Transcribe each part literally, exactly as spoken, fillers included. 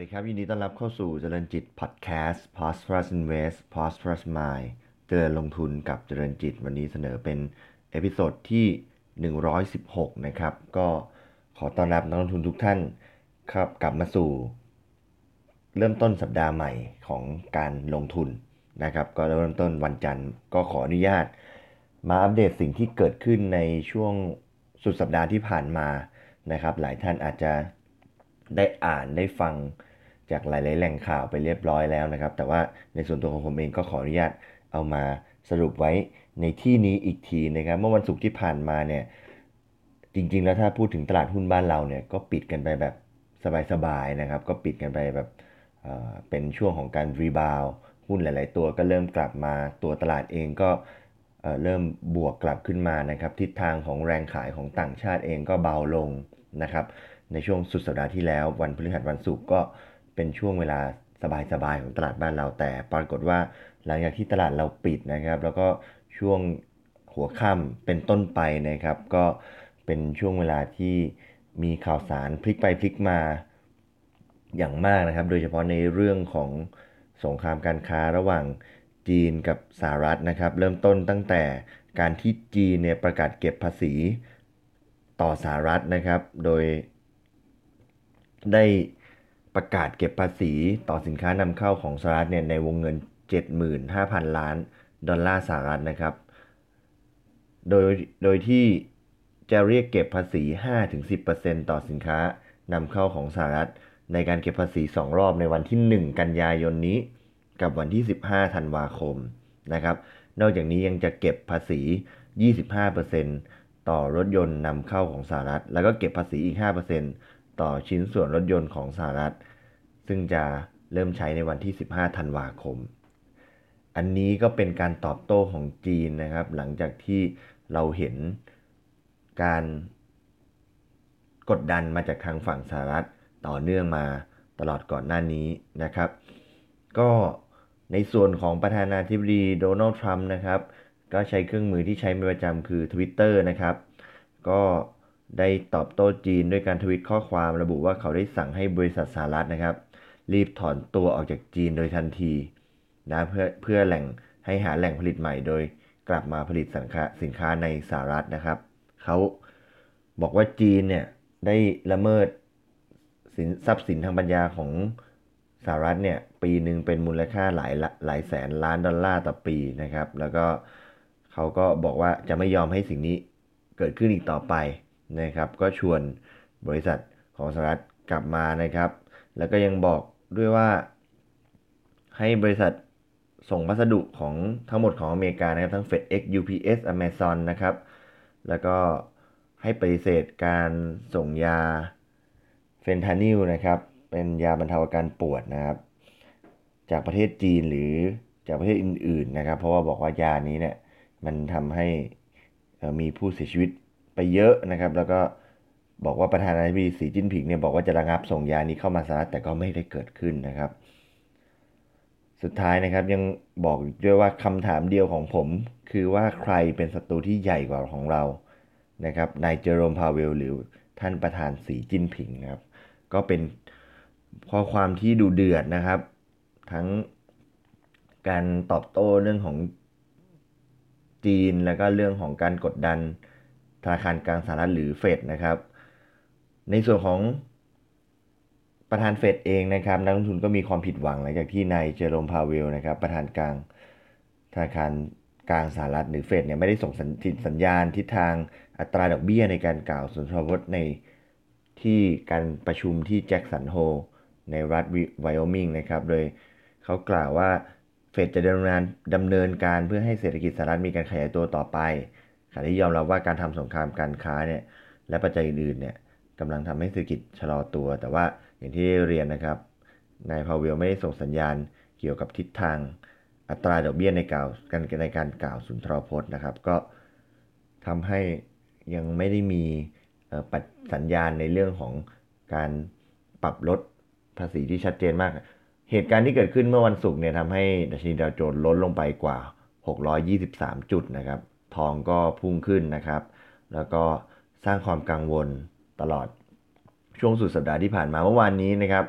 ดีครับยินดีต้อนรับเข้าสู่เจริญจิตพอดแคสต์ Prosperous Invest Prosperous Mind เจริญลงทุนกับเจริญจิตวันนี้เสนอเป็นเอพิโซดที่หนึ่งร้อยสิบหกนะครับก็ขอต้อนรับนักลงทุนทุกท่านครับกลับมาสู่เริ่มต้นสัปดาห์ใหม่ของการลงทุนนะครับก็เริ่มต้นวันจันทร์ก็ขออนุญาตมาอัปเดตสิ่งที่เกิดขึ้นในช่วงสุดสัปดาห์ที่ผ่านมานะครับหลายท่านอาจจะได้อ่านได้ฟังจากหลายๆแหล่งข่าวไปเรียบร้อยแล้วนะครับแต่ว่าในส่วนตัวของผมเองก็ขออนุญาตเอามาสรุปไว้ในที่นี้อีกทีนะครับเมื่อวันศุกร์ที่ผ่านมาเนี่ยจริงๆแล้วถ้าพูดถึงตลาดหุ้นบ้านเราเนี่ยก็ปิดกันไปแบบสบายๆนะครับก็ปิดกันไปแบบเอ่อเป็นช่วงของการรีบาวด์หุ้นหลายๆตัวก็เริ่มกลับมาตัวตลาดเองก็เอ่อเริ่มบวกกลับขึ้นมานะครับทิศทางของแรงขายของต่างชาติเองก็เบาลงนะครับในช่วงสุดสัปดาห์ที่แล้ววันพฤหัสวันศุกร์ก็เป็นช่วงเวลาสบายๆของตลาดบ้านเราแต่ปรากฏว่าหลังจากที่ตลาดเราปิดนะครับแล้วก็ช่วงหัวค่ำเป็นต้นไปนะครับก็เป็นช่วงเวลาที่มีข่าวสารพลิกไปพลิกมาอย่างมากนะครับโดยเฉพาะในเรื่องของสงครามการค้าระหว่างจีนกับสหรัฐนะครับเริ่มต้นตั้งแต่การที่จีนเนี่ยประกาศเก็บภาษีต่อสหรัฐนะครับโดยได้ประกาศเก็บภาษีต่อสินค้านำเข้าของสหรัฐเนี่ยในวงเงิน เจ็ดหมื่นห้าพัน ล้านดอลลาร์สหรัฐนะครับโดยโดยที่จะเรียกเก็บภาษี ห้า-สิบเปอร์เซ็นต์ ต่อสินค้านำเข้าของสหรัฐในการเก็บภาษีสองรอบในวันที่หนึ่งกันยายนนี้กับวันที่สิบห้าธันวาคมนะครับนอกจากนี้ยังจะเก็บภาษี ยี่สิบห้าเปอร์เซ็นต์ ต่อรถยนต์นำเข้าของสหรัฐแล้วก็เก็บภาษีอีก ห้าเปอร์เซ็นต์ ต่อชิ้นส่วนรถยนต์ของสหรัฐซึ่งจะเริ่มใช้ในวันที่สิบห้าธันวาคมอันนี้ก็เป็นการตอบโต้ของจีนนะครับหลังจากที่เราเห็นการกดดันมาจากทางฝั่งสหรัฐต่อเนื่องมาตลอดก่อนหน้านี้นะครับก็ในส่วนของประธานาธิบดีโดนัลด์ทรัมป์นะครับก็ใช้เครื่องมือที่ใช้เป็นประจำคือ Twitter นะครับก็ได้ตอบโต้จีนด้วยการทวิตข้อความระบุว่าเขาได้สั่งให้บริษัทสหรัฐนะครับรีบถอนตัวออกจากจีนโดยทันทีนะเพื่อเพื่อแหล่งให้หาแหล่งผลิตใหม่โดยกลับมาผลิตสินค้าสินค้าในสหรัฐนะครับเขาบอกว่าจีนเนี่ยได้ละเมิดสินทรัพย์สินทางปัญญาของสหรัฐเนี่ยปีหนึ่งเป็นมูลค่าหลายหลายแสนล้านดอลลาร์ต่อปีนะครับแล้วก็เขาก็บอกว่าจะไม่ยอมให้สิ่งนี้เกิดขึ้นอีกต่อไปนะครับก็ชวนบริษัทของสหรัฐกลับมานะครับแล้วก็ยังบอกด้วยว่าให้บริษัทส่งพัสดุของทั้งหมดของอเมริกานะครับทั้ง FedEx ยู พี เอส Amazon นะครับแล้วก็ให้ปฏิเสธการส่งยาเฟนทานิลนะครับเป็นยาบรรเทาอาการปวดนะครับจากประเทศจีนหรือจากประเทศอื่นๆนะครับเพราะว่าบอกว่ายานี้เนี่ยมันทำให้มีผู้เสียชีวิตไปเยอะนะครับแล้วก็บอกว่าประธานาธิบดีสีจิ้นผิงเนี่ยบอกว่าจะระงับส่งยานี้เข้ามาสหรัฐแต่ก็ไม่ได้เกิดขึ้นนะครับสุดท้ายนะครับยังบอกด้วยว่าคำถามเดียวของผมคือว่าใครเป็นศัตรูที่ใหญ่กว่าของเรานะครับนายเจอโรมพาเวลหรือท่านประธานสีจิ้นผิงนะครับก็เป็นข้อความที่ดูเดือดนะครับทั้งการตอบโต้เรื่องของจีนแล้วก็เรื่องของการกดดันธนาคารกลางสหรัฐหรือเฟดนะครับในส่วนของประธานเฟดเองนะครับนักลงทุนก็มีความผิดหวังหลังจากที่นายเจอโรมพาเวลนะครับประธานกลางธนาคารกลางสหรัฐหรือเฟดเนี่ยไม่ได้ส่งสัญญาณทิศทางอัตราดอกเบี้ยในการกล่าวสุนทรพจน์ในที่การประชุมที่แจ็คสันโฮในรัฐไวโอมิงนะครับโดยเขากล่าวว่าเฟดจะดำเนินดำเนินการเพื่อให้เศรษฐกิจสหรัฐมีการขยายตัวต่อไปขณะที่ยอมรับว่าการทำสงครามการค้าเนี่ยและปัจจัยอื่นๆเนี่ยกำลังทำให้เศรษฐกิจชะลอตัวแต่ว่าอย่างที่เรียนนะครับนายพาเวลไม่ได้ส่งสัญญาณเกี่ยวกับทิศทางอัตราดอกเบี้ยในกล่าวกันในการกล่าวสุนทรพจน์นะครับก็ทำให้ยังไม่ได้มีสัญญาณในเรื่องของการปรับลดภาษีที่ชัดเจนมากเหตุการณ์ที่เกิดขึ้นเมื่อวันศุกร์เนี่ยทำให้ดัชนีดาวโจนส์ลดลงไปกว่าหกร้อยยี่สิบสามจุดนะครับทองก็พุ่งขึ้นนะครับแล้วก็สร้างความกังวลตลอดช่วงสุดสัปดาห์ที่ผ่านมาเมื่อวานนี้นะครับ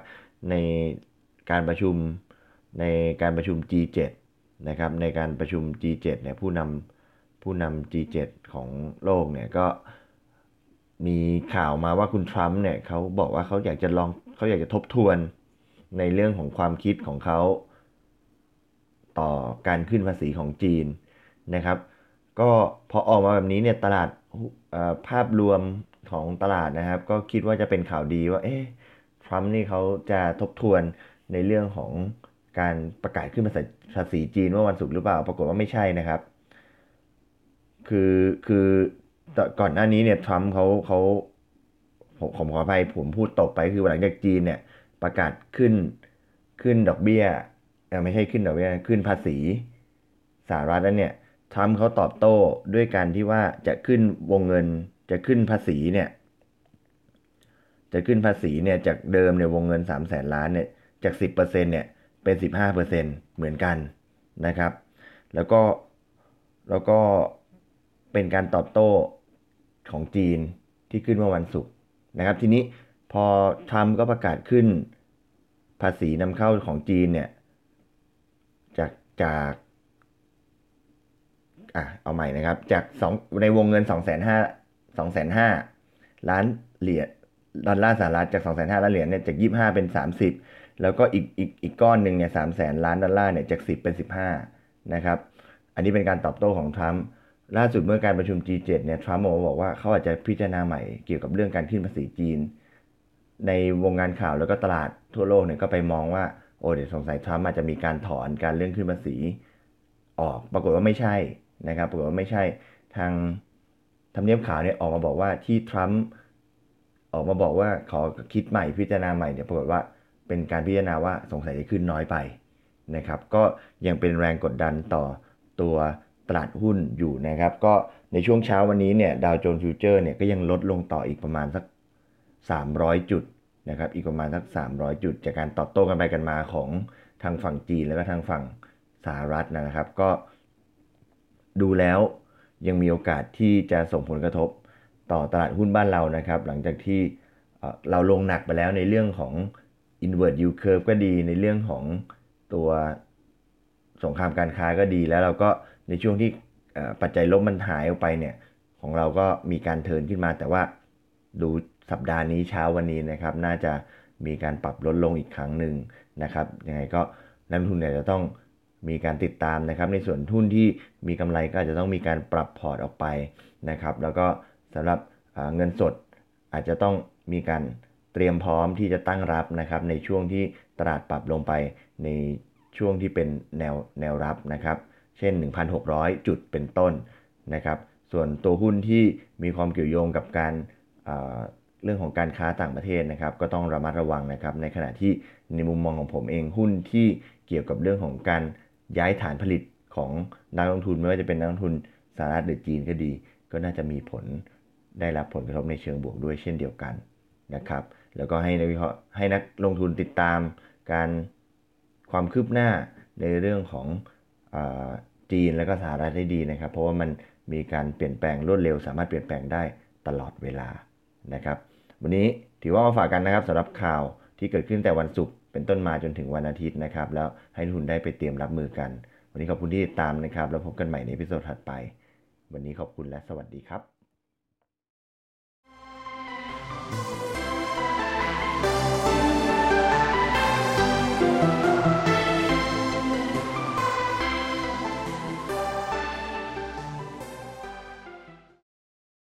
ในการประชุมในการประชุม จี เซเว่น นะครับในการประชุม จี เซเว่น เนี่ยผู้นำผู้นำ จี เซเว่น ของโลกเนี่ยก็มีข่าวมาว่าคุณทรัมป์เนี่ยเขาบอกว่าเขาอยากจะลองเขาอยากจะทบทวนในเรื่องของความคิดของเขาต่อการขึ้นภาษีของจีนนะครับก็พอออกมาแบบนี้เนี่ยตลาดภาพรวมของตลาดนะครับก็คิดว่าจะเป็นข่าวดีว่าเอ๊ะทรัมป์นี่เขาจะทบทวนในเรื่องของการประกาศขึ้นภาษีจีนเมื่อวันศุกร์หรือเปล่าปรากฏว่าไม่ใช่นะครับคือคือก่อนหน้านี้เนี่ยทรัมป์เขาเขาผมผมขออภัยผมพูดตกไปคือหลังจากจีนเนี่ยประกาศขึ้นขึ้นดอกเบี้ยไม่ใช่ขึ้นดอกเบี้ยขึ้นภาษีสหรัฐแล้วเนี่ยทรัมป์เขาตอบโต้ด้วยการที่ว่าจะขึ้นวงเงินจะขึ้นภาษีเนี่ยจะขึ้นภาษีเนี่ยจากเดิมเนี่ยวงเงินสามแสนล้านเนี่ยจากสิบเปอร์เซ็นต์เนี่ยเป็นสิบห้าเปอร์เซ็นต์เหมือนกันนะครับแล้วก็แล้วก็เป็นการตอบโต้ของจีนที่ขึ้นเมื่อวันศุกร์นะครับทีนี้พอทรัมป์ก็ประกาศขึ้นภาษีนำเข้าของจีนเนี่ยจากจากอ่ะเอาใหม่นะครับจากสองในวงเงินสองแสนห้าสองแสนห้าล้านเหรียญดอลลาร์สหรัฐจากสองแสนห้าล้านเหรียญเนี่ยจากยี่สิบห้าเป็นสามสิบแล้วก็อีกอีกอีกก้อนหนึ่งเนี่ยสามแสนล้านดอลลาร์เนี่ยจากสิบเป็นสิบห้านะครับอันนี้เป็นการตอบโต้ของทรัมป์ล่าสุดเมื่อการประชุม จี เซเว่น เนี่ยทรัมป์บอกว่าเขาอาจจะพิจารณาใหม่เกี่ยวกับเรื่องการขึ้นภาษีจีนในวงการข่าวแล้วก็ตลาดทั่วโลกเนี่ยก็ไปมองว่าโอ้เดี๋ยวสงสัยทรัมป์อาจจะมีการถอนการเรื่องขึ้นภาษีออกปรากฏว่าไม่ใช่นะครับปรากฏว่าไม่ใช่ทางทำเนียบขาวเนี่ยออกมาบอกว่าที่ทรัมป์ออกมาบอกว่าขอคิดใหม่พิจารณาใหม่เนี่ยปรากฏว่าเป็นการพิจารณาว่าสงสัยจะขึ้นน้อยไปนะครับก็ยังเป็นแรงกดดันต่อตัวตลาดหุ้นอยู่นะครับก็ในช่วงเช้าวันนี้เนี่ยดาวโจนส์ฟิวเจอร์เนี่ยก็ยังลดลงต่ออีกประมาณสักสามร้อยจุดนะครับอีกประมาณสักสามร้อยจุดจากการตอบโต้กันไปกันมาของทางฝั่งจีนแล้วก็ทางฝั่งสหรัฐนะครับก็ดูแล้วยังมีโอกาสที่จะส่งผลกระทบต่อตลาดหุ้นบ้านเรานะครับหลังจากที่เราลงหนักไปแล้วในเรื่องของ inward yield curve ก็ดีในเรื่องของตัวสงครามการค้าก็ดีแล้วเราก็ในช่วงที่ปัจจัยลบมันหายออกไปเนี่ยของเราก็มีการเทิร์นขึ้นมาแต่ว่าดูสัปดาห์นี้เช้าวันนี้นะครับน่าจะมีการปรับลดลงอีกครั้งหนึ่งนะครับยังไงก็นักลงทุนเนี่ยจะต้องมีการติดตามนะครับในส่วนหุ้นที่มีกำไรก็อาจจะต้องมีการปรับพอร์ตออกไปนะครับแล้วก็สำหรับเงินสดอาจจะต้องมีการเตรียมพร้อมที่จะตั้งรับนะครับในช่วงที่ตลาดปรับลงไปในช่วงที่เป็นแนวแนวรับนะครับเช่น หนึ่งพันหกร้อย จุดเป็นต้นนะครับส่วนตัวหุ้นที่มีความเกี่ยวโยงกับการเรื่องของการค้าต่างประเทศนะครับก็ต้องระมัดระวังนะครับในขณะที่ในมุมมองของผมเองหุ้นที่เกี่ยวกับเรื่องของการย้ายฐานผลิตของนักลงทุนไม่ว่าจะเป็นนักลงทุนสหรัฐหรือจีนก็ดีก็น่าจะมีผลได้รับผลกระทบในเชิงบวกด้วยเช่นเดียวกันนะครับแล้วก็ให้นักวิเคราะห์ให้นักลงทุนติดตามการความคืบหน้าในเรื่องของจีนและก็สหรัฐได้ดีนะครับเพราะว่ามันมีการเปลี่ยนแปลงรวดเร็วสามารถเปลี่ยนแปลงได้ตลอดเวลานะครับวันนี้ถือว่ามาฝากกันนะครับสำหรับข่าวที่เกิดขึ้นแต่วันศุกร์เป็นต้นมาจนถึงวันอาทิตย์นะครับแล้วให้ทุนได้ไปเตรียมรับมือกันวันนี้ขอบคุณที่ติดตามนะครับแล้วพบกันใหม่ในอีพิโซดถัดไปวันนี้ขอบคุณและสวัสดีครับ